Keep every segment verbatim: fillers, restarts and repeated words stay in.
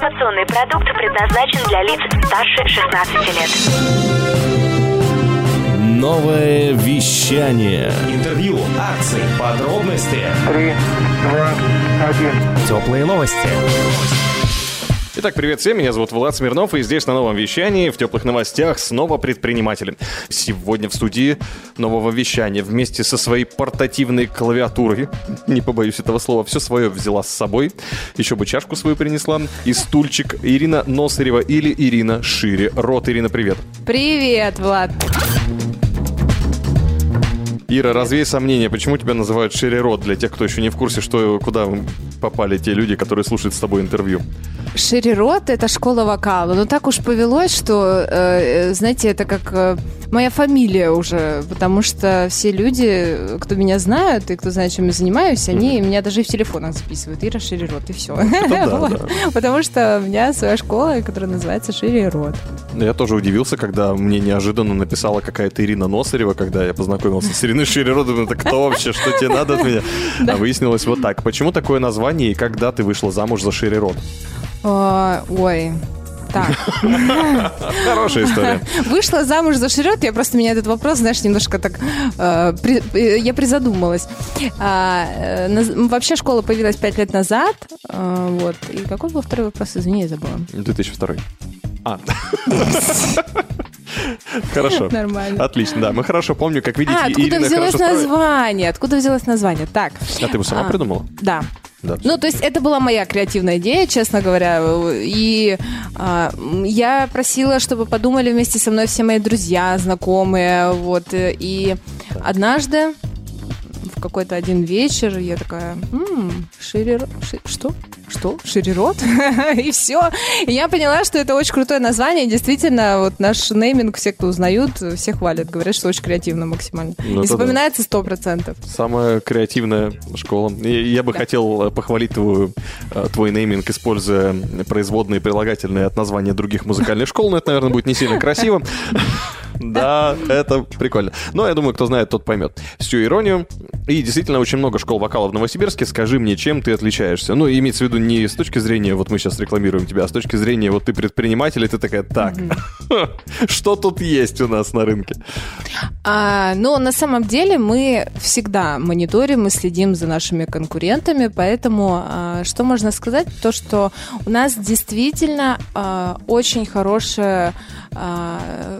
Информационный продукт предназначен для лиц старше шестнадцати лет. Новое вещание. Интервью, акции, подробности. Три, два, один. Теплые новости. Итак, привет всем, меня зовут Влад Смирнов, и здесь на новом вещании, в теплых новостях, снова предприниматели. Сегодня в студии нового вещания вместе со своей портативной клавиатурой, не побоюсь этого слова, все свое взяла с собой, еще бы чашку свою принесла, и стульчик. Ирина Носырева или Ирина Шире Рот. Ирина, привет. Привет, Влад. Ира, развей сомнения, почему тебя называют Шире Рот, для тех, кто еще не в курсе, что, куда попали те люди, которые слушают с тобой интервью. Шире Рот — это школа вокала. Но так уж повелось, что, э, знаете, это как э, моя фамилия уже, потому что все люди, кто меня знают и кто знает, чем я занимаюсь, они mm-hmm. меня даже и в телефонах записывают. Ира Шире Рот, и все. Да, вот. да. Потому что у меня своя школа, которая называется Шире Рот. Я тоже удивился, когда мне неожиданно написала какая-то Ирина Носырева, когда я познакомился с Ириной Шире Рот. Это кто вообще? Что тебе надо от меня? А выяснилось вот так. Почему такое название и когда ты вышла замуж за Шире Рот? Ой, так. Хорошая история. Вышла замуж за Шире Рот, я просто, меня этот вопрос, знаешь, немножко так, э, при, э, я призадумалась. А, э, на, вообще школа появилась пять лет назад, э, вот. И какой был второй вопрос? Извини, я забыла. две тысячи второй. А. Хорошо. Нормально. Отлично, да. Мы хорошо помним, как видите, а, откуда Ирина взялось хорошо название? Откуда взялось название? Так. А ты его сама а, придумала? Да. Да. Ну, то есть это была моя креативная идея, честно говоря. И а, я просила, чтобы подумали вместе со мной все мои друзья, знакомые. Вот. И однажды в какой-то один вечер я такая: м-м, Шире Рот? Ши- что? Что? Шире Рот? И все. И я поняла, что это очень крутое название. Действительно, вот наш нейминг, все, кто узнают, все хвалят. Говорят, что очень креативно максимально. Ну, и запоминается сто процентов. Самая креативная школа. Я бы да. хотел похвалить твой, твой нейминг, используя производные прилагательные от названия других музыкальных школ, но это, наверное, будет не сильно красиво. Да, это прикольно. Но я думаю, кто знает, тот поймет всю иронию. И действительно очень много школ вокала в Новосибирске. Скажи мне, чем ты отличаешься? Ну, имеется в виду не с точки зрения, вот мы сейчас рекламируем тебя, а с точки зрения, вот ты предприниматель, и ты такая: так, mm-hmm. что тут есть у нас на рынке? А, ну, на самом деле мы всегда мониторим и следим за нашими конкурентами, поэтому а, что можно сказать? То, что у нас действительно а, очень хорошая... А,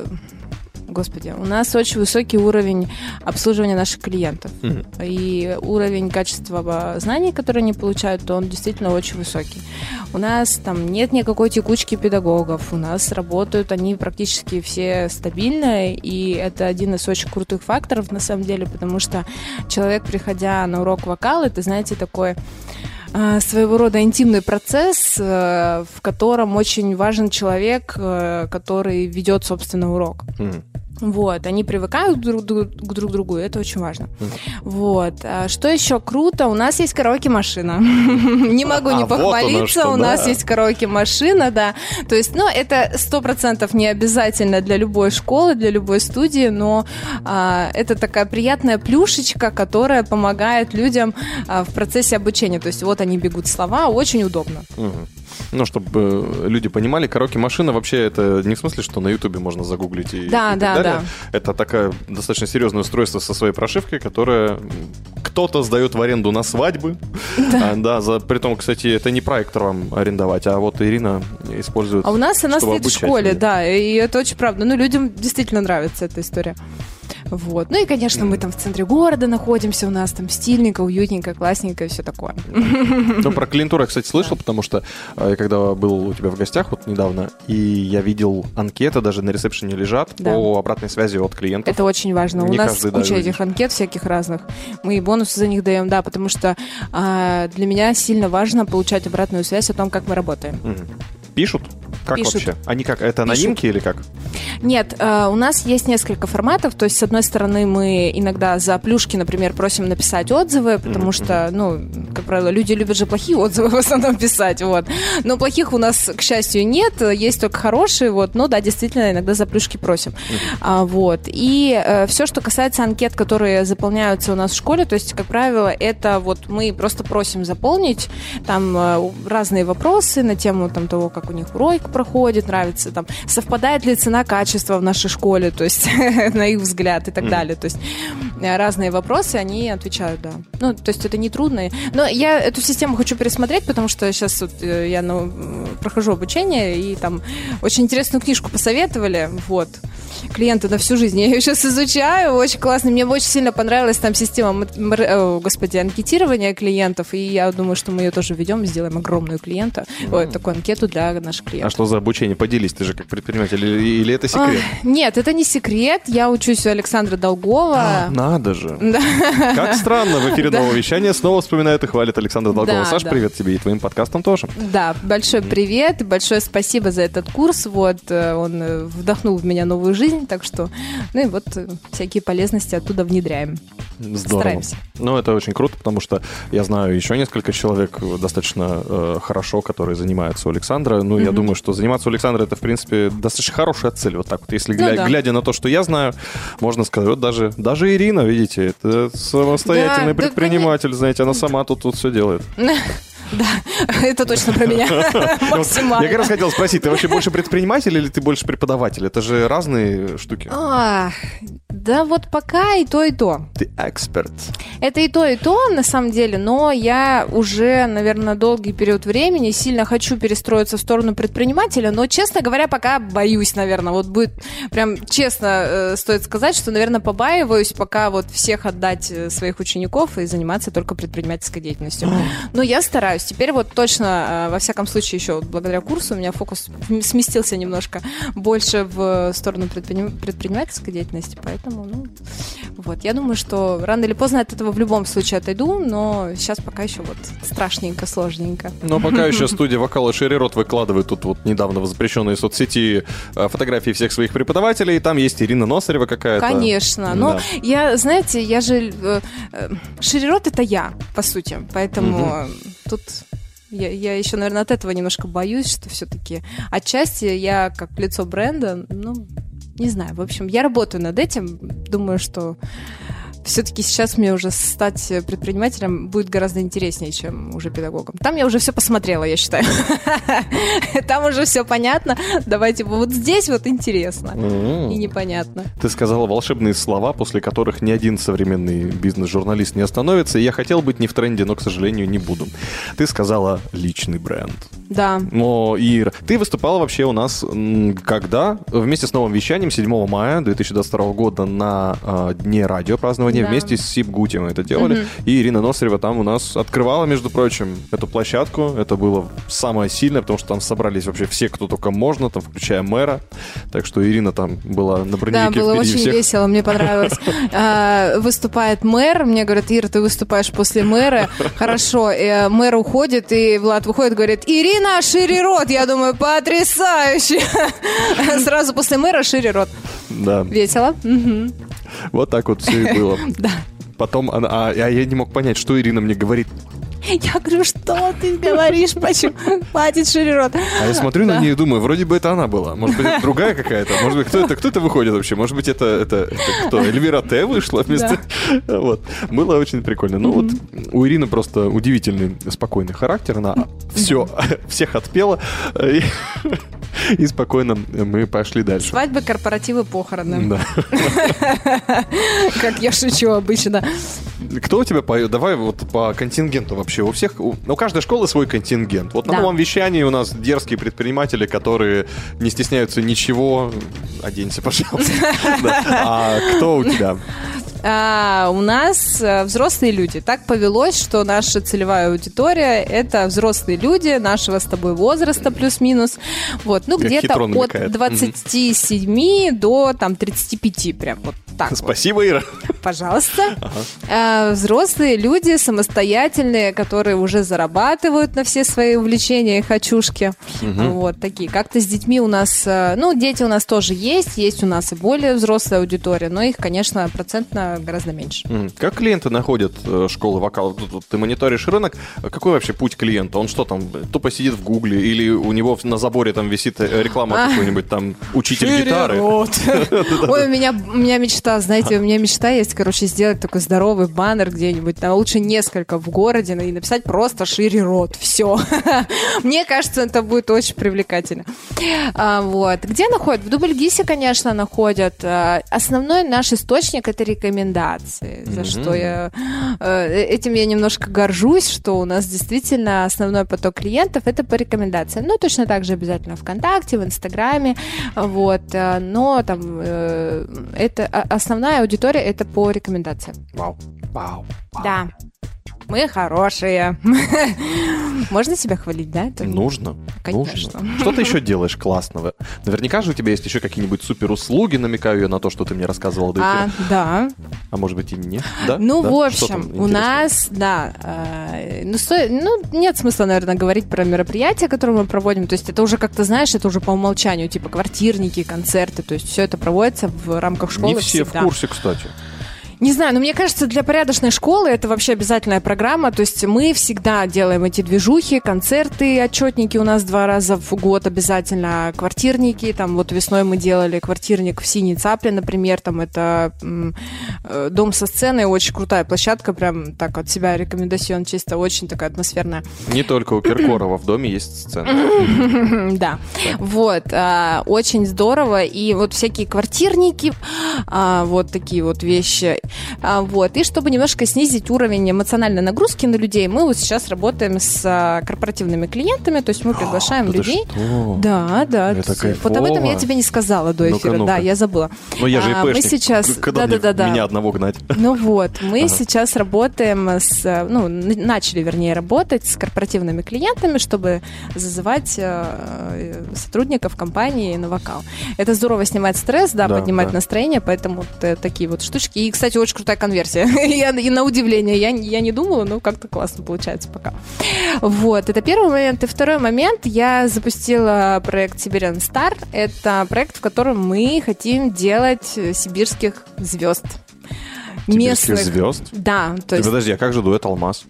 Господи, у нас очень высокий уровень обслуживания наших клиентов. Mm-hmm. И уровень качества знаний, которые они получают, то он действительно очень высокий. У нас там нет никакой текучки педагогов, у нас работают они практически все стабильно, и это один из очень крутых факторов на самом деле, потому что человек, приходя на урок вокала, это, знаете, такой... своего рода интимный процесс, в котором очень важен человек, который ведет, собственно, урок. Mm-hmm. Вот, они привыкают друг, друг, к друг другу, и это очень важно. Mm-hmm. Вот. А что еще круто? У нас есть караоке-машина. Не могу не похвалиться, у нас есть караоке-машина, да. То есть, ну, это сто процентов не обязательно для любой школы, для любой студии, но это такая приятная плюшечка, которая помогает людям в процессе обучения. То есть, вот они бегут слова, очень удобно. Ну, чтобы люди понимали, караоке-машина вообще это не в смысле, что на Ютубе можно загуглить и, да, и так да, далее. Да. Это такое достаточно серьезное устройство со своей прошивкой, которое кто-то сдает в аренду на свадьбы. Да. А, да, за, при том, кстати, это не проектор вам арендовать, а вот Ирина использует. А у нас она стоит в школе, меня. Да, и это очень правда. Ну, людям действительно нравится эта история. Вот. Ну и, конечно, мы там в центре города находимся, у нас там стильненько, уютненько, классненько и все такое. Ну, про клиентуру я, кстати, слышал, да. потому что я когда был у тебя в гостях вот недавно, и я видел анкеты, даже на ресепшене лежат, да. по обратной связи от клиентов. Это очень важно. Не у нас куча этих анкет всяких разных. Мы и бонусы за них даем, да, потому что а, для меня сильно важно получать обратную связь о том, как мы работаем. Угу. Пишут? Как Пишут. вообще? Они как? Это анонимки Пишут. Или как? Нет, э, у нас есть несколько форматов. То есть, с одной стороны, мы иногда за плюшки, например, просим написать отзывы, потому mm-hmm. что, ну, как правило, люди любят же плохие отзывы в основном писать, вот. Но плохих у нас, к счастью, нет, есть только хорошие, вот. Но да, действительно, иногда за плюшки просим. Mm-hmm. А, вот. И э, все, что касается анкет, которые заполняются у нас в школе, то есть, как правило, это вот мы просто просим заполнить там э, разные вопросы на тему там, того, как у них урок проходит, нравится, там, совпадает ли цена-качество в нашей школе, то есть, на их взгляд и так mm-hmm. далее. То есть, разные вопросы, они отвечают, да. Ну, то есть, это не трудно. Но я эту систему хочу пересмотреть, потому что сейчас вот я ну, прохожу обучение, и там очень интересную книжку посоветовали, вот. Клиенты на всю жизнь. Я ее сейчас изучаю, очень классно. Мне очень сильно понравилась там система, о, господи, анкетирования клиентов, и я думаю, что мы ее тоже введем, сделаем огромную клиента, mm. Ой, такую анкету для наших клиентов. А что за обучение? Поделись, ты же как предприниматель, или, или это секрет? А, нет, это не секрет. Я учусь у Александра Долгова. А, надо же. Да. Как странно, в эфире нового вещания снова вспоминают и хвалят Александра Долгова. Да, Саш, да. Привет тебе и твоим подкастам тоже. Да, большой привет, большое спасибо за этот курс. Вот, он вдохнул в меня новую жизнь. Так что, ну и вот всякие полезности оттуда внедряем. Здорово. Стараемся. Ну, это очень круто, потому что я знаю еще несколько человек достаточно э, хорошо, которые занимаются у Александра. Ну, mm-hmm. я думаю, что заниматься у Александра — это, в принципе, достаточно хорошая цель. Вот так вот. Если, ну, гля- да. глядя на то, что я знаю, можно сказать, вот даже, даже Ирина, видите, это самостоятельный да, предприниматель, да, знаете, она сама тут, тут все делает. Да, это точно про меня. Максимально. Я как раз хотел спросить, ты вообще больше предприниматель или ты больше преподаватель? Это же разные штуки. А, да вот пока и то, и то. Ты эксперт. Это и то, и то, на самом деле, но я уже, наверное, долгий период времени сильно хочу перестроиться в сторону предпринимателя, но, честно говоря, пока боюсь, наверное. Вот будет прям честно э, стоит сказать, что, наверное, побаиваюсь пока вот всех отдать своих учеников и заниматься только предпринимательской деятельностью. Но я стараюсь. Теперь вот точно, во всяком случае, еще вот благодаря курсу у меня фокус сместился немножко больше в сторону предприним... предпринимательской деятельности, поэтому, ну, вот. Я думаю, что рано или поздно от этого в любом случае отойду, но сейчас пока еще вот страшненько, сложненько. Но пока еще студия вокала «Шире рот» выкладывает тут вот недавно в запрещенной соцсети фотографии всех своих преподавателей, там есть Ирина Носарева какая-то. Конечно, но да. я, знаете, я же... «Шире рот» — это я, по сути, поэтому... Угу. Тут я, я еще, наверное, от этого немножко боюсь, что все-таки отчасти я как лицо бренда, ну, не знаю, в общем, я работаю над этим, думаю, что все-таки сейчас мне уже стать предпринимателем будет гораздо интереснее, чем уже педагогом. Там я уже все посмотрела, я считаю. Там уже все понятно. Давайте вот здесь вот интересно и непонятно. Ты сказала волшебные слова, после которых ни один современный бизнес-журналист не остановится. И я хотел быть не в тренде, но, к сожалению, не буду. Ты сказала личный бренд. Да. Но, Ира, ты выступала вообще у нас когда? Вместе с новым вещанием седьмого мая две тысячи двадцать второго года на э, Дне радио празднования. Да. Вместе с Сибгути мы это делали. Угу. И Ирина Носарева там у нас открывала, между прочим, эту площадку. Это было самое сильное, потому что там собрались вообще все, кто только можно, там, включая мэра. Так что Ирина там была на броневике. Да, было очень всех. весело, мне понравилось. Выступает мэр, мне говорят: Ира, ты выступаешь после мэра. Хорошо, мэр уходит, и Влад выходит, говорит: Ирина, шире рот. Я думаю, потрясающе. Сразу после мэра шире рот. Да. Весело. Вот так вот все и было. Да. Потом, она, а, а я не мог понять, что Ирина мне говорит. Я говорю, что ты говоришь, почему? Хватит шире рот. А я смотрю да. на нее и думаю, вроде бы это она была. Может быть, это другая какая-то. Может быть, кто это, кто это выходит вообще? Может быть, это, это, это кто? Эльвира Т. вышла вместо... Да. Вот. Было очень прикольно. Ну mm-hmm. вот у Ирины просто удивительный, спокойный характер. Она все, всех отпела. И... И спокойно мы пошли дальше. Свадьбы, корпоративы, похороны. Да. Как я шучу обычно. Кто у тебя поет? Давай вот по контингенту вообще. У всех, у, у каждой школы свой контингент. Вот на да. новом вещании у нас дерзкие предприниматели, которые не стесняются ничего. Оденься, пожалуйста. А кто у тебя? А, у нас взрослые люди. Так повелось, что наша целевая аудитория — это взрослые люди нашего с тобой возраста плюс-минус. Вот, ну, где-то от двадцати семи до там тридцати пяти прям вот так вот. Спасибо, Ира. Пожалуйста. Ага. Взрослые люди, самостоятельные, которые уже зарабатывают на все свои увлечения и хочушки. Угу. Вот такие. Как-то с детьми у нас... Ну, дети у нас тоже есть. Есть у нас и более взрослая аудитория, но их, конечно, процентно гораздо меньше. Как клиенты находят школы вокала? Ты мониторишь рынок. Какой вообще путь клиента? Он что там, тупо сидит в Гугле или у него на заборе там висит реклама какой-нибудь там учитель гитары? Ой, у меня, у меня мечта, знаете, у меня мечта есть, короче, сделать такой здоровый баннер где-нибудь, там лучше несколько в городе, и написать просто «Шире рот». Все. Мне кажется, это будет очень привлекательно. А, вот. Где находят? В Дубльгисе, конечно, находят. А, основной наш источник — это рекомендации, за mm-hmm. что я... Этим я немножко горжусь, что у нас действительно основной поток клиентов — это по рекомендациям. Ну, точно так же обязательно ВКонтакте, в Инстаграме, вот. Но там это основная аудитория — это по рекомендациям. Вау. Вау. Да. Мы хорошие. Можно себя хвалить, да? Это... Нужно. Конечно. Нужно. Что ты еще делаешь классного? Наверняка же у тебя есть еще какие-нибудь суперуслуги, намекаю я на то, что ты мне рассказывала до эфира. А, да. А может быть и нет? Да? Ну, да? в общем, у нас, да, э, ну, сто... ну, нет смысла, наверное, говорить про мероприятия, которые мы проводим. То есть это уже как-то, знаешь, это уже по умолчанию, типа квартирники, концерты. То есть все это проводится в рамках школы. Не все всегда. В курсе, кстати. Не знаю, но мне кажется, для порядочной школы это вообще обязательная программа. То есть мы всегда делаем эти движухи, концерты, отчетники у нас два раза в год обязательно, квартирники. Там вот весной мы делали квартирник в Синей Цапле, например. Там это м, дом со сценой, очень крутая площадка. Прям так от себя рекомендацион, чисто очень такая атмосферная. Не только у Киркорова в доме есть сцена. Да, вот. Очень здорово. И вот всякие квартирники, вот такие вот вещи. Вот. И чтобы немножко снизить уровень эмоциональной нагрузки на людей, мы вот сейчас работаем с корпоративными клиентами, то есть мы приглашаем это людей. Что? Да, да. Это кайфово. Вот об этом я тебе не сказала до эфира. Ну-ка, ну-ка. Да, я забыла. Но я же ИПшник. Мы сейчас... Когда да, мне, да, да, меня да. одного гнать? Ну вот, мы ага. сейчас работаем с... Ну, начали, вернее, работать с корпоративными клиентами, чтобы зазывать э, сотрудников компании на вокал. Это здорово снимает стресс, да, да поднимать да. настроение, поэтому вот, такие вот штучки. И, кстати, очень крутая конверсия. я, и на удивление, я, я не думала, но как-то классно получается пока. Вот, это первый момент. И второй момент, я запустила проект Siberian Star. Это проект, в котором мы хотим делать сибирских звезд. Сибирских Местных. звезд? Да. То есть... Подожди, а как же дуэт «Алмаз»?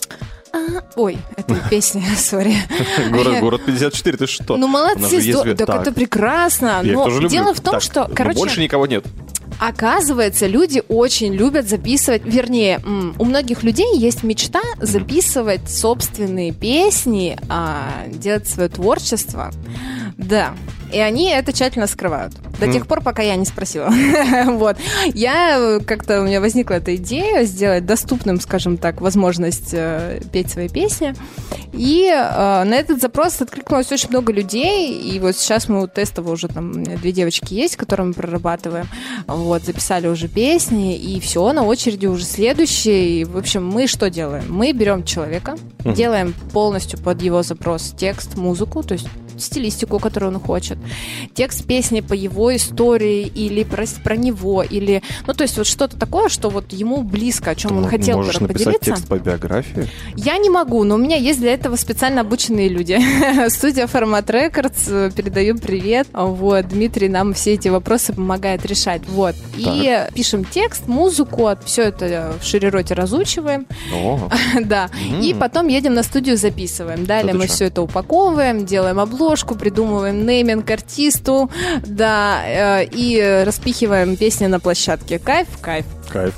А, ой, это песня, сори. Город, город пятьдесят четыре, ты что? Ну, молодцы, здорово. Так, так это прекрасно. Я Но тоже дело люблю. в том, так, что, короче... больше никого нет. Оказывается, люди очень любят записывать, вернее, у многих людей есть мечта записывать собственные песни, делать свое творчество. Да. И они это тщательно скрывают. До mm. тех пор, пока я не спросила. Вот. Я как-то, у меня возникла эта идея сделать доступным, скажем так, возможность э, петь свои песни. И э, на этот запрос откликнулось очень много людей. И вот сейчас мы вот тестово уже там две девочки есть, которые мы прорабатываем. Вот, записали уже песни, и все, на очереди уже следующие. И, в общем, мы что делаем? Мы берем человека, mm. делаем полностью под его запрос текст, музыку, то есть стилистику, которую он хочет, текст песни по его истории или про, про него, или, ну, то есть вот что-то такое, что вот ему близко, о чем Ты он хотел бы поделиться. Можешь написать текст по биографии? Я не могу, но у меня есть для этого специально обученные люди. Студия Формат Рекордс, передаю привет. Вот, Дмитрий нам все эти вопросы помогает решать. Вот. И пишем текст, музыку, все это в шире-роте разучиваем. Да. И потом едем на студию, записываем. Далее мы все это упаковываем, делаем обложку, придумываем нейминг артисту, да, э, и распихиваем песни на площадке. Кайф, кайф. Кайф.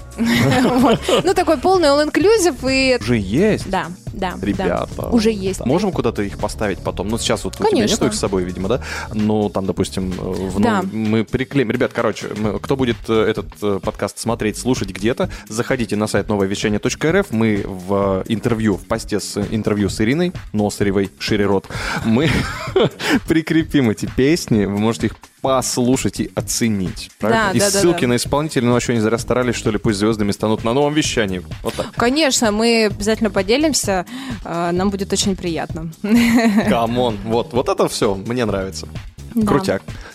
Ну, такой полный all-inclusive. И... Уже есть? Да, да. Ребята. Да. Уже есть. Можем куда-то их поставить потом? Ну, сейчас вот у Конечно. тебя нету их с собой, видимо, да? Ну, там, допустим, в, да. ну, мы приклеим. Ребят, короче, мы, кто будет этот подкаст смотреть, слушать где-то, заходите на сайт новое вещание точка эр эф. Мы в интервью, в посте с интервью с Ириной Носаревой, шире рот, мы прикрепим эти песни. Вы можете их послушать и оценить. Да, и да, ссылки да, да. на исполнителей, ну, а что они зря старались, что ли, пусть звездами станут на новом вещании. Вот так. Конечно, мы обязательно поделимся. Нам будет очень приятно. Камон. Вот, вот это все мне нравится. Да. Крутяк.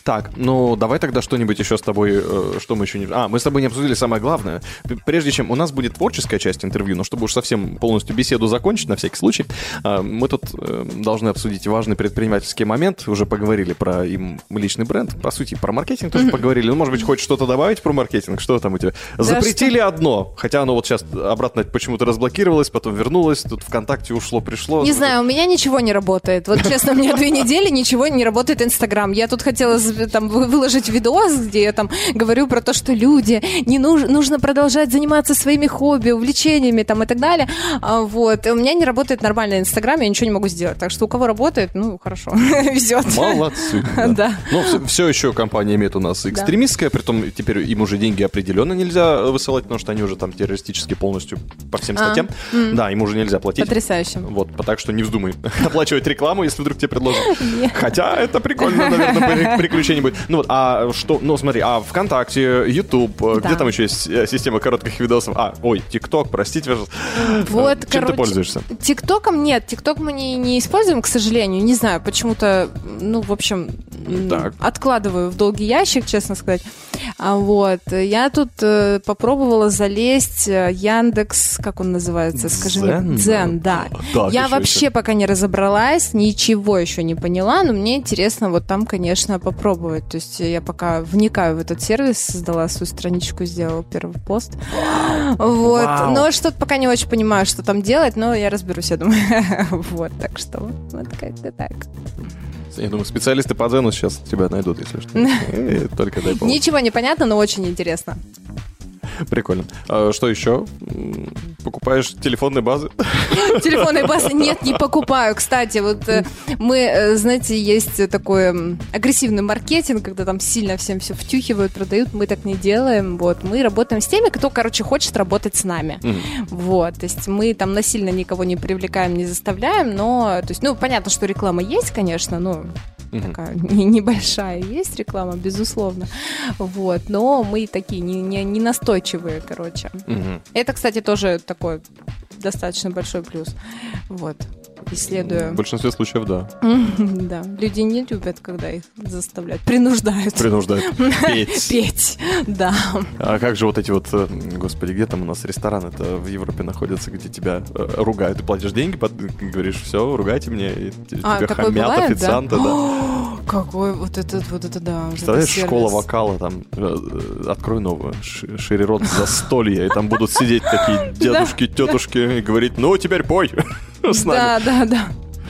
Так, ну давай тогда что-нибудь еще с тобой, э, что мы еще не... А, мы с тобой не обсудили самое главное. Прежде чем у нас будет творческая часть интервью, но чтобы уж совсем полностью беседу закончить, на всякий случай, э, мы тут э, должны обсудить важный предпринимательский момент. Уже поговорили про им личный бренд, по сути, про маркетинг тоже mm-hmm. поговорили. Ну, может быть, хочешь что-то добавить про маркетинг? Что там у тебя? Да, запретили что? Одно, хотя оно вот сейчас обратно почему-то разблокировалось, потом вернулось, тут ВКонтакте ушло, пришло. Не знаю, у меня ничего не работает. Вот честно, у меня две недели ничего не работает Инстаграм. Я тут хотела там выложить видос, где я там говорю про то, что люди, не нужно, нужно продолжать заниматься своими хобби, увлечениями там и так далее. Вот. И у меня не работает нормально Инстаграм, я ничего не могу сделать. Так что у кого работает, ну, хорошо, везет. Молодцы. Да. Да. Ну, все, все еще компания имеет у нас экстремистская, да. Притом теперь им уже деньги определенно нельзя высылать, потому что они уже там террористически полностью по всем статьям. А, м-м. Да, им уже нельзя платить. Потрясающе. Вот, так что не вздумай оплачивать рекламу, если вдруг тебе предложат. Хотя это прикольно, наверное, приключение будет. Ну вот, а что, ну смотри, а ВКонтакте, YouTube, да. Где там еще есть система коротких видосов? А, ой, ТикТок, простите, пожалуйста. Вот, чем короче, ты пользуешься? ТикТоком нет, ТикТок мы не, не используем, к сожалению, не знаю, почему-то, ну, в общем, так. Откладываю в долгий ящик, честно сказать. А вот, я тут э, попробовала залезть Яндекс, как он называется, скажи Дзен? мне. Дзен, да. да я вообще еще. Пока не разобралась, ничего еще не поняла, но мне интересно вот там, конечно, попробовать. То есть я пока вникаю в этот сервис, создала свою страничку, сделала первый пост. Вау. Вот. Вау. Но что-то пока не очень понимаю, что там делать, но я разберусь, я думаю. Вот, так что вот как-то так. Я думаю, специалисты по Дзену сейчас тебя найдут, если что. Только дай повод. Ничего не понятно, но очень интересно. Прикольно. А что еще? Покупаешь телефонные базы? Телефонные базы? Нет, не покупаю. Кстати, вот мы, знаете, есть такой агрессивный маркетинг, когда там сильно всем все втюхивают, продают. Мы так не делаем. Вот. Мы работаем с теми, кто, короче, хочет работать с нами. Mm. Вот. То есть мы там насильно никого не привлекаем, не заставляем, но... То есть, ну, понятно, что реклама есть, конечно, но... Uh-huh. Такая небольшая есть реклама, безусловно. Вот. Но мы такие не, не, не настойчивые, короче. Uh-huh. Это, кстати, тоже такой достаточно большой плюс. Вот. Исследуя. В большинстве случаев, да. Да. Люди не любят, когда их заставляют. Принуждают. Принуждают. Петь. Петь, да. А как же вот эти вот, господи, где там у нас рестораны-то в Европе находятся, где тебя ругают? Ты платишь деньги, говоришь, все, ругайте меня, и а, тебе хамят бывает, официанты, да? да. Какой вот это, вот это, да. Представляешь, школа вокала, там, открой новую, шире рот застолье, и там будут сидеть такие дедушки, тетушки и говорить, ну, теперь пой с нами. Да, да, да.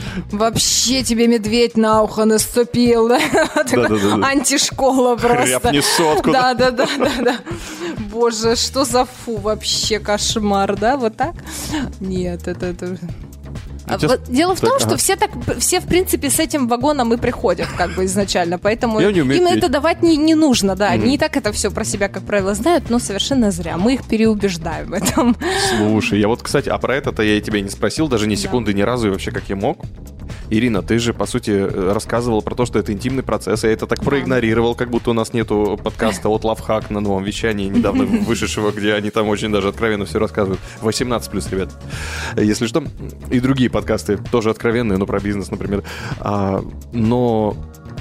Вообще тебе медведь на ухо наступил, да? Да, да, да. Антишкола просто. Хряпни сотку. Да, да, да, да, да. Боже, что за фу, вообще кошмар, да? Вот так? Нет, это... это... А вот дело в том, так, что ага. все так, все в принципе с этим вагоном и приходят как бы изначально, поэтому им это давать не, не нужно, да, mm-hmm. они и так это все про себя, как правило, знают, но совершенно зря, мы их переубеждаем в этом. Слушай, я вот, кстати, а про это-то я и тебя не спросил, даже ни секунды, да. ни разу, и вообще как я мог. Ирина, ты же, по сути, рассказывала про то, что это интимный процесс, я это так да. проигнорировал, как будто у нас нету подкаста от Лавхак на новом вещании, недавно вышедшего, где они там очень даже откровенно все рассказывают. восемнадцать плюс, ребят. Если что, и другие подкасты тоже откровенные, но про бизнес, например. А, но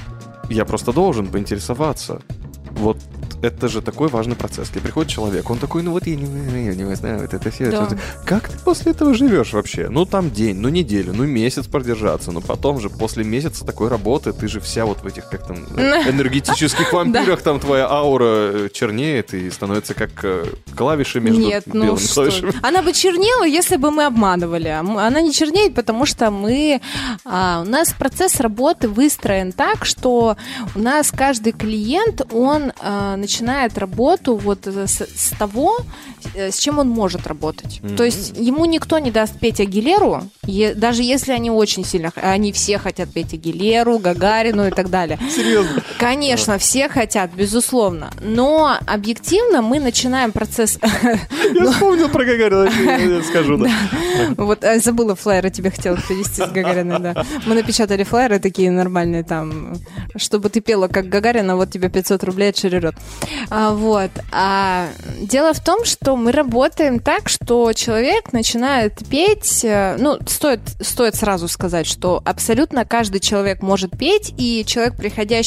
я просто должен поинтересоваться. Вот это же такой важный процесс. Где приходит человек, он такой, ну вот я не, не, не знаю, вот это все. Да. Это, как ты после этого живешь вообще? Ну там день, ну неделю, ну месяц продержаться, но потом же после месяца такой работы ты же вся вот в этих как там энергетических вампирах, там твоя аура чернеет и становится как клавиши между Нет, белыми ну клавишами. Что? Она бы чернела, если бы мы обманывали. Она не чернеет, потому что мы... А, у нас процесс работы выстроен так, что у нас каждый клиент, он а, начинает начинает работу вот с, с того, с чем он может работать. Mm-hmm. То есть ему никто не даст петь Агилеру, е, даже если они очень сильно... Они все хотят петь Агилеру, Гагарину и так далее. Серьезно? Конечно, yeah. все хотят, безусловно. Но объективно мы начинаем процесс... Я вспомнил про Гагарина, я скажу, да. Вот забыла флаеры, тебе хотела привезти с Гагариной, да. Мы напечатали флаеры такие нормальные там, чтобы ты пела как Гагарина, вот тебе пятьсот рублей от Шерерот. А, вот. А дело в том, что мы работаем так, что человек начинает петь. Ну, стоит, стоит сразу сказать, что абсолютно каждый человек может петь, и человек, приходящий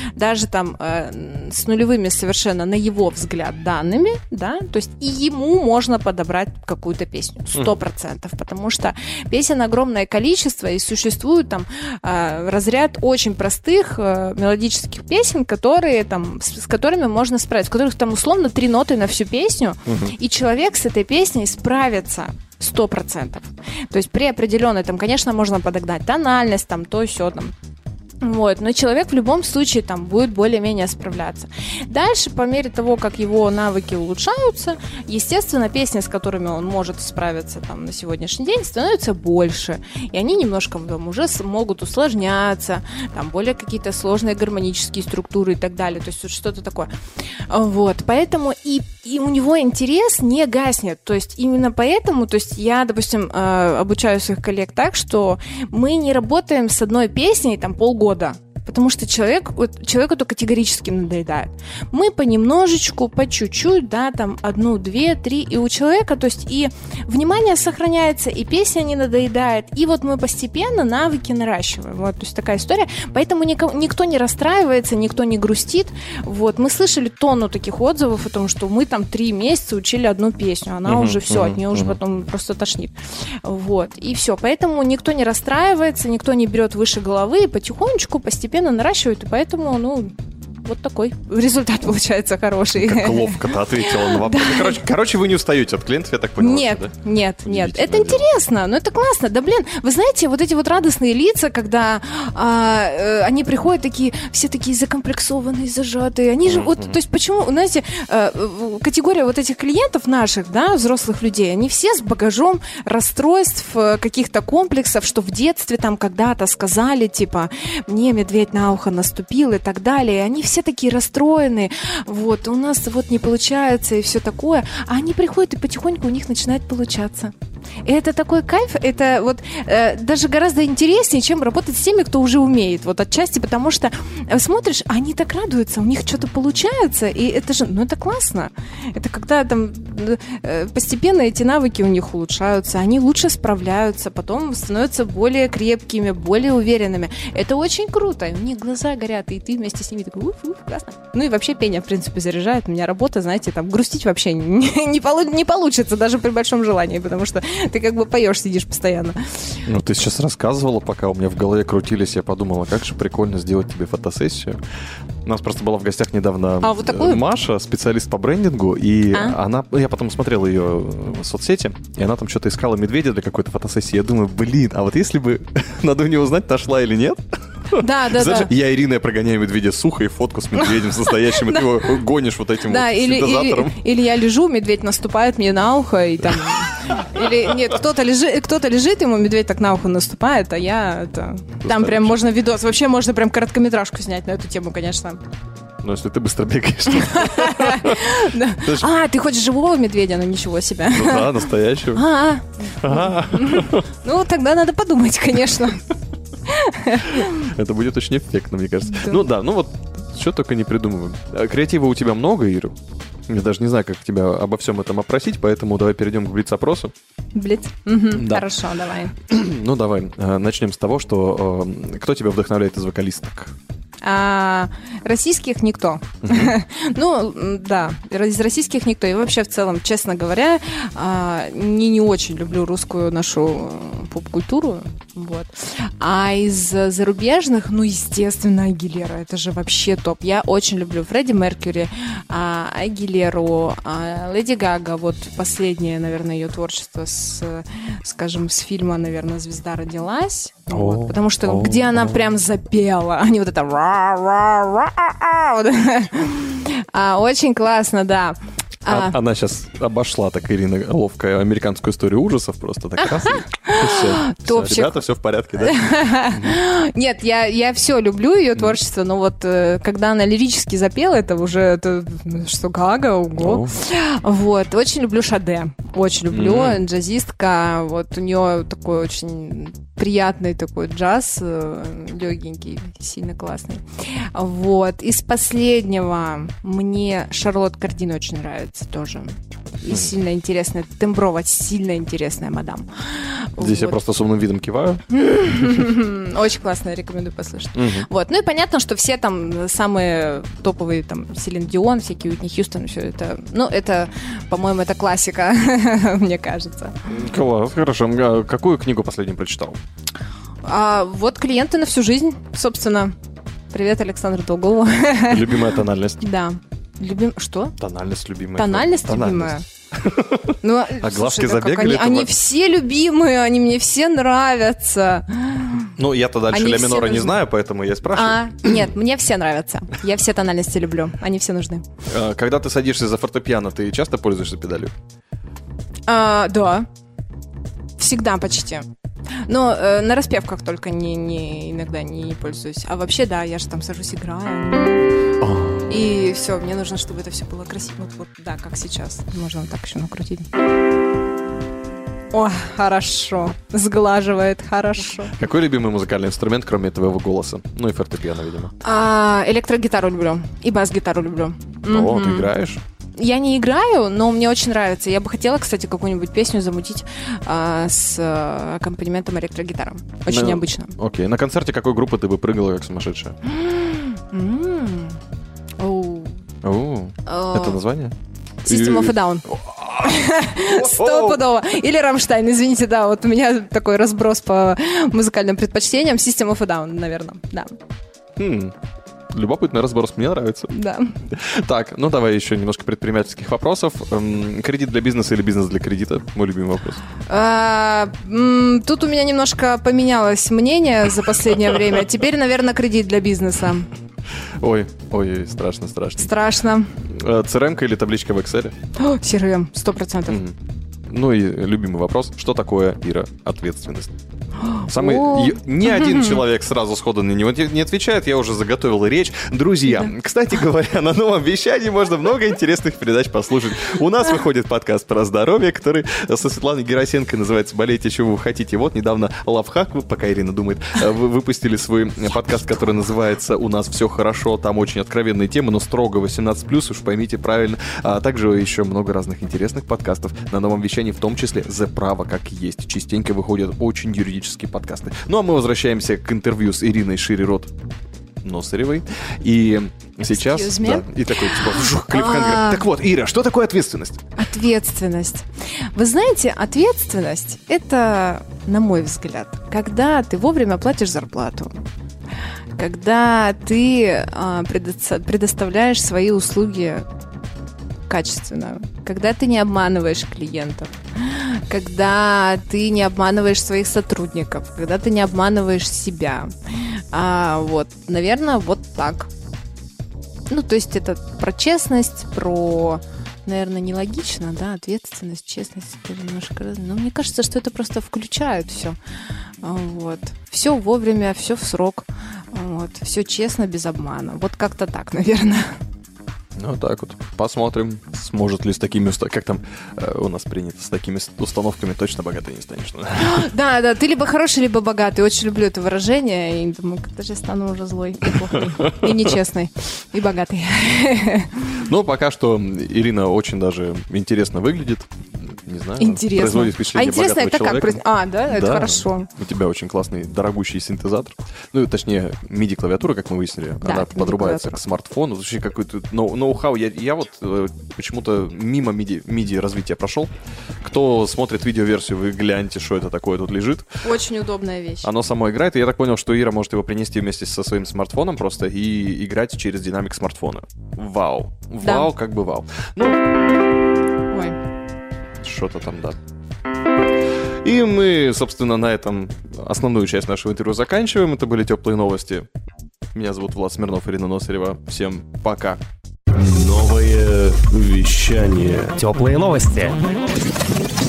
даже там э, с нулевыми совершенно, на его взгляд, данными, да, то есть и ему можно подобрать какую-то песню, сто процентов, потому что песен огромное количество, и существует там э, разряд очень простых э, мелодических песен, которые там, с, с которыми можно справиться, в которых там условно три ноты на всю песню, uh-huh. и человек с этой песней справится сто процентов. То есть при определенной, там, конечно, можно подогнать тональность, там, то, сё, там. Вот, но человек в любом случае там будет более-менее справляться. Дальше, по мере того, как его навыки улучшаются, естественно, песни, с которыми он может справиться там на сегодняшний день, становятся больше. И они немножко там, уже могут усложняться, там более какие-то сложные гармонические структуры и так далее. То есть вот что-то такое. Вот, поэтому и, и у него интерес не гаснет. То есть именно поэтому, то есть я, допустим, обучаю своих коллег так, что мы не работаем с одной песней там полгода, потому что человек, вот, человеку это категорически надоедает. Мы понемножечку, по чуть-чуть, да, там, одну, две, три, и у человека, то есть и внимание сохраняется, и песня не надоедает, и вот мы постепенно навыки наращиваем. Вот, то есть такая история. Поэтому нико, никто не расстраивается, никто не грустит. Вот, мы слышали тонну таких отзывов о том, что мы там три месяца учили одну песню, она uh-huh, уже все, uh-huh, от нее uh-huh. уже потом просто тошнит. Вот, и все. Поэтому никто не расстраивается, никто не берет выше головы, и потихонечку, постепенно наращивают, и поэтому, ну, вот такой результат получается хороший. Как ловко-то ответила на вопрос. Да. Короче, короче, вы не устаете от клиентов, я так поняла. Нет, да? нет, нет. Это дело. Интересно, но это классно. Да, блин, вы знаете, вот эти вот радостные лица, когда а, э, они приходят такие, все такие закомплексованные, зажатые. Они же, mm-hmm. вот, то есть почему, знаете, э, категория вот этих клиентов наших, да, взрослых людей, они все с багажом расстройств, каких-то комплексов, что в детстве там когда-то сказали, типа, мне медведь на ухо наступил и так далее. И они все такие расстроенные, вот, у нас вот не получается и все такое, а они приходят и потихоньку у них начинает получаться. И это такой кайф, это вот э, даже гораздо интереснее, чем работать с теми, кто уже умеет, вот отчасти, потому что э, смотришь, они так радуются, у них что-то получается, и это же, ну это классно. Это когда там э, постепенно эти навыки у них улучшаются, они лучше справляются, потом становятся более крепкими, более уверенными. Это очень круто, и у них глаза горят, и ты вместе с ними такой, уф, уф, классно. Ну и вообще пение, в принципе, заряжает. У меня работа, знаете, там грустить вообще не, не, полу- не получится, даже при большом желании, потому что ты как бы поешь, сидишь постоянно. Ну, ты сейчас рассказывала, пока у меня в голове крутились, я подумала, как же прикольно сделать тебе фотосессию. У нас просто была в гостях недавно а, вот такую? Маша, специалист по брендингу, и а? она, я потом смотрел ее в соцсети, и она там что-то искала медведя для какой-то фотосессии. Я думаю, блин, а вот если бы, надо у нее узнать, нашла или нет. Да, да, знаешь, да. Я, Ирина, я прогоняю медведя сухо и фотку с медведем состоящим, и ты его гонишь вот этим да, вот или, синтезатором. Или, или я лежу, медведь наступает мне на ухо, и там... Или нет, кто-то лежит, кто-то лежит, ему медведь так на ухо наступает, а я это... Там прям можно видос, вообще можно прям короткометражку снять на эту тему, конечно. Ну, если ты быстро бегаешь. А, ты хочешь живого медведя? Ну, ничего себе. Ну да, настоящего. Ну, тогда надо подумать, конечно. Это будет очень эффектно, мне кажется. Ну да, ну вот, что только не придумываем. Креатива у тебя много, Ира? Я даже не знаю, как тебя обо всем этом опросить, поэтому давай перейдем к блиц-опросу. Блиц? Угу, да. Хорошо, давай. Ну, давай. Начнем с того, что кто тебя вдохновляет из вокалисток? А, российских никто. Uh-huh. Ну, да, из российских никто. И вообще, в целом, честно говоря, а, не, не очень люблю русскую нашу поп-культуру. Вот. А из зарубежных, ну, естественно, Агилера. Это же вообще топ. Я очень люблю Фредди Меркьюри, а, Агилеру, а, Леди Гага. Вот последнее, наверное, ее творчество с, скажем, с фильма, наверное, «Звезда родилась». Oh. Вот, потому что oh. где она прям запела. Они вот это... А, очень классно, да. А, она сейчас обошла, так, Ирина, ловко американскую историю ужасов просто так раз. Все, ребята, все в порядке, да? Нет, я, я все люблю ее творчество, но вот когда она лирически запела, это уже, это, что, Гага, ого. Вот, очень люблю Шаде, очень люблю, mm-hmm. джазистка, вот у нее такой очень приятный такой джаз, легенький, сильно классный. Вот, из последнего мне Шарлотт Кардин очень нравится тоже. и сильно интересная, темброво сильно интересная мадам. Здесь Вот. я просто с умным видом киваю. Очень классно, рекомендую послушать. Мгм. Вот. Ну и понятно, что все там самые топовые, там, Селин Дион, всякие Уитни Хьюстон, все это, ну, это, по-моему, это классика, мне кажется. Класс, хорошо. А какую книгу последнюю прочитал? А вот «Клиенты на всю жизнь», собственно. Привет, Александр Долгову. Любимая тональность. Да. Любим... Что? Тональность любимая. Тональность любимая? Ну, А слушай, глазки да как забегали, Они, это они во- все любимые, они мне все нравятся. Ну, я-то дальше Они ля все минора не нужны. знаю, поэтому я спрашиваю. А, нет, мне все нравятся. Я все тональности люблю. Они все нужны. А, Когда ты садишься за фортепиано, ты часто пользуешься педалью? А, да. Всегда почти. Но э, на распевках только не, не, иногда не пользуюсь. А вообще, да, я же там сажусь, играю. И все, мне нужно, чтобы это все было красиво. Вот, вот, да, как сейчас. Можно вот так еще накрутить. О, хорошо. Сглаживает, хорошо. Какой любимый музыкальный инструмент, кроме твоего голоса? Ну и фортепиано, видимо. А, электрогитару люблю. И бас-гитару люблю. О, ты Мгм. играешь? Я не играю, но мне очень нравится. Я бы хотела, кстати, какую-нибудь песню замутить а, с а, аккомпанементом электрогитары. Очень Ну, необычно. Окей. На концерте какой группы ты бы прыгала как сумасшедшая? М. Оу. О, О. это название? System of a Down. Стопудово. Или Рамштайн, извините, да, вот у меня такой разброс по музыкальным предпочтениям. System of a Down, наверное, да. Хм. Любопытный разброс, мне нравится. Да. Так, ну давай еще немножко предпринимательских вопросов. Эм, Кредит для бизнеса или бизнес для кредита? Мой любимый вопрос. А, м, Тут у меня немножко поменялось мнение за последнее время. Теперь, наверное, кредит для бизнеса. Ой, ой, страшно, страшно. Страшно. Э, цэ эр эм-ка или табличка в Excel? О, си ар эм, сто процентов. Мгм. Ну и любимый вопрос. Что такое, Ира, ответственность? Самый... О. ё- Ни один человек сразу сходу на него не отвечает, я уже заготовил речь. Друзья, кстати говоря, на новом вещании можно много интересных передач послушать. У нас выходит подкаст про здоровье, который со Светланой Герасенко называется «Болейте, чего вы хотите». Вот недавно Лавхак, вы- пока Ирина думает, э, вы выпустили свой подкаст, который называется «У нас все хорошо». Там очень откровенные темы, но строго восемнадцать плюс, уж поймите правильно. А также еще много разных интересных подкастов на новом вещании, в том числе «The Право как есть». Частенько выходят очень юридические подкасты. Ну а мы возвращаемся к интервью с Ириной Шири-Рот Носаревой. И сейчас... Excuse me? Да, и такой, типа, вжух, клиффхенгер. А. Так вот, Ира, что такое ответственность? Ответственность. Вы знаете, ответственность — это, на мой взгляд, когда ты вовремя платишь зарплату, когда ты а, предо- предоставляешь свои услуги качественно, когда ты не обманываешь клиентов, когда ты не обманываешь своих сотрудников, когда ты не обманываешь себя. А, вот, наверное, вот так. Ну, то есть это про честность, про, наверное, нелогично, да, ответственность, честность, это немножко разное. Но мне кажется, что это просто включает все. Вот. Все вовремя, все в срок. Вот. Все честно, без обмана. Вот как-то так, наверное. Ну, так вот. Посмотрим, сможет ли с такими... уста- Как там э, у нас принято, с такими с- установками точно богатой не станешь. Да, да, ты либо хороший, либо богатый. Очень люблю это выражение. И думаю, когда же я стану уже злой, и плохой, и нечестный, и богатый. Ну, пока что Ирина очень даже интересно выглядит. Не знаю. Интересно. Производит А впечатление интересно, богатого это как? человека. произ- А, да, это Да. хорошо. У тебя очень классный, дорогущий синтезатор. Ну, точнее, миди-клавиатура, как мы выяснили. Да, Она это подрубается миди-клавиатура. к смартфону. Вообще какой-то ноу- ноу-хау. Я, я вот э, почему-то мимо миди, миди развития прошел. Кто смотрит видеоверсию, вы гляньте, что это такое тут лежит. Очень удобная вещь. Оно само играет, и я так понял, что Ира может его принести вместе со своим смартфоном просто и играть через динамик смартфона. Вау. Да. Вау, как бы вау. Ну, Ой. что-то там, да. И мы, собственно, на этом основную часть нашего интервью заканчиваем. Это были теплые новости. Меня зовут Влад Смирнов, Ирина Носарева. Всем пока. Новое вещание. Теплые новости.